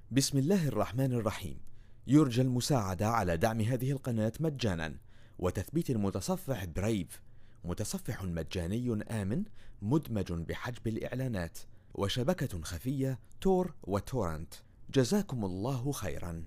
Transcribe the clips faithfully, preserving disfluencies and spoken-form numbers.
بسم الله الرحمن الرحيم. يرجى المساعدة على دعم هذه القناة مجانا وتثبيت المتصفح برايف، متصفح مجاني آمن مدمج بحجب الإعلانات، وشبكة خفية تور وتورنت. جزاكم الله خيرا.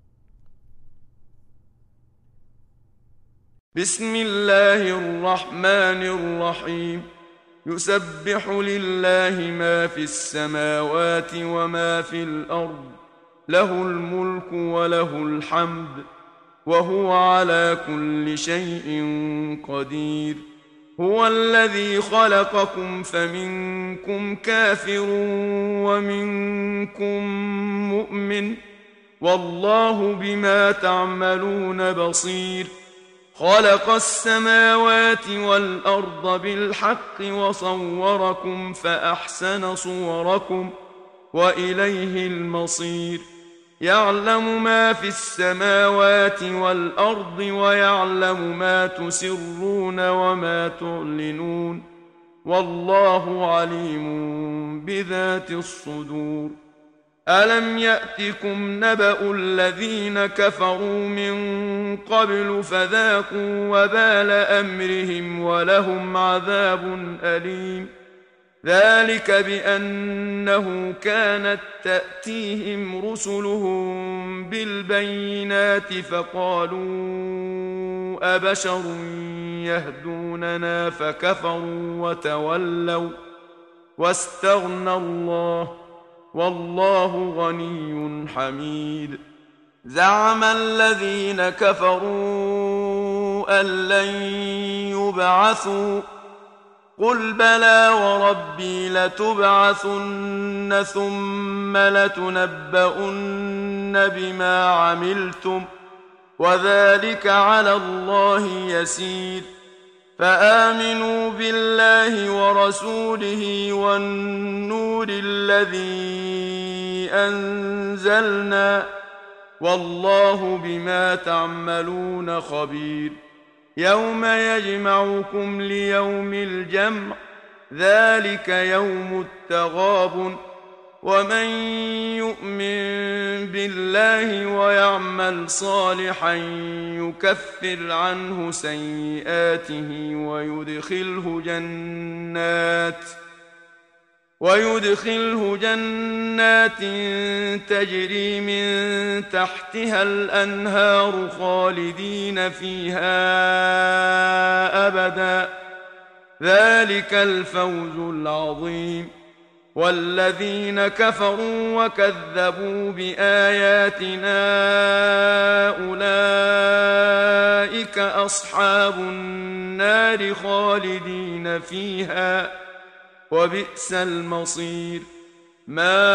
بسم الله الرحمن الرحيم. يسبح لله ما في السماوات وما في الأرض، له الملك وله الحمد، وهو على كل شيء قدير. هو الذي خلقكم فمنكم كافر ومنكم مؤمن، والله بما تعملون بصير. خلق السماوات والأرض بالحق وصوركم فأحسن صوركم وإليه المصير. يعلم ما في السماوات والأرض ويعلم ما تسرون وما تعلنون، والله عليم بذات الصدور. ألم يأتكم نبأ الذين كفروا من قبل فذاقوا وبال أمرهم ولهم عذاب أليم. ذلك بأنه كانت تأتيهم رسلهم بالبينات فقالوا أبشر يهدوننا فكفروا وتولوا واستغنى الله، والله غني حميد. زعم الذين كفروا أن لن يبعثوا، قل بلى وربي لتبعثن ثم لتنبؤن بما عملتم، وذلك على الله يسير. فآمنوا بالله ورسوله والنور الذي أنزلنا، والله بما تعملون خبير. يوم يجمعكم ليوم الجمع، ذلك يوم التغابن. ومن يؤمن بالله ويعمل صالحا يكفر عنه سيئاته ويدخله جنات ويدخله جنات تجري من تحتها الأنهار خالدين فيها أبدا، ذلك الفوز العظيم. والذين كفروا وكذبوا بآياتنا أولئك أصحاب النار خالدين فيها، وبئس المصير. ما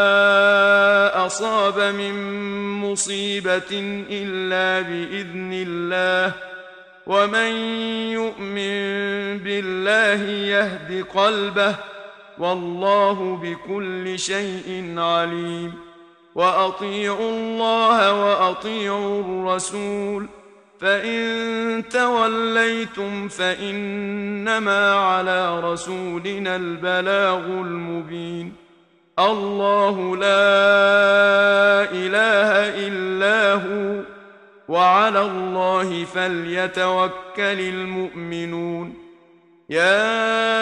أصاب من مصيبة إلا بإذن الله، ومن يؤمن بالله يهد قلبه، والله بكل شيء عليم. وأطيعوا الله وأطيعوا الرسول، فإن توليتم فإنما على رسولنا البلاغ المبين. الله لا إله إلا هو، وعلى الله فليتوكل المؤمنون. يا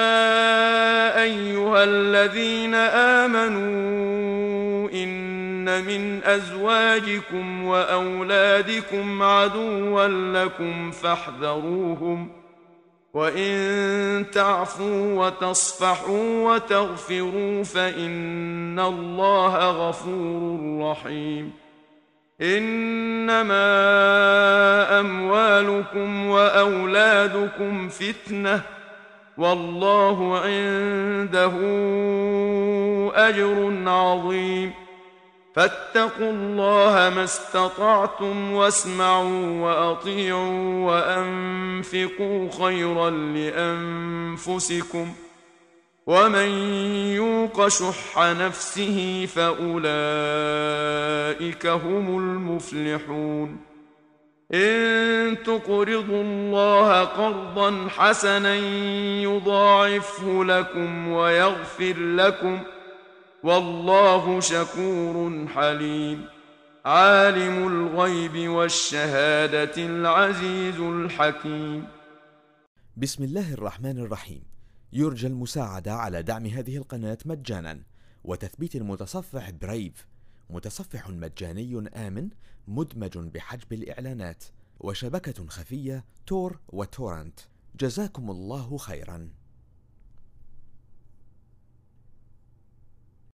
أيها الذين آمنوا إن من أزواجكم وأولادكم عدوا لكم فاحذروهم، وإن تعفوا وتصفحوا وتغفروا فإن الله غفور رحيم. إنما أموالكم وأولادكم فتنة، والله عنده أجر عظيم. فاتقوا الله ما استطعتم واسمعوا وأطيعوا وأنفقوا خيرا لأنفسكم، ومن يوق شح نفسه فأولئك هم المفلحون. إن تقرضوا الله قرضا حسنا يضاعفه لكم ويغفر لكم، والله شكور حليم عالم الغيب والشهادة العزيز الحكيم. بسم الله الرحمن الرحيم. يرجى المساعدة على دعم هذه القناة مجانا وتثبيت المتصفح برايف، متصفح مجاني آمن مدمج بحجب الإعلانات، وشبكة خفية تور وتورنت. جزاكم الله خيرا.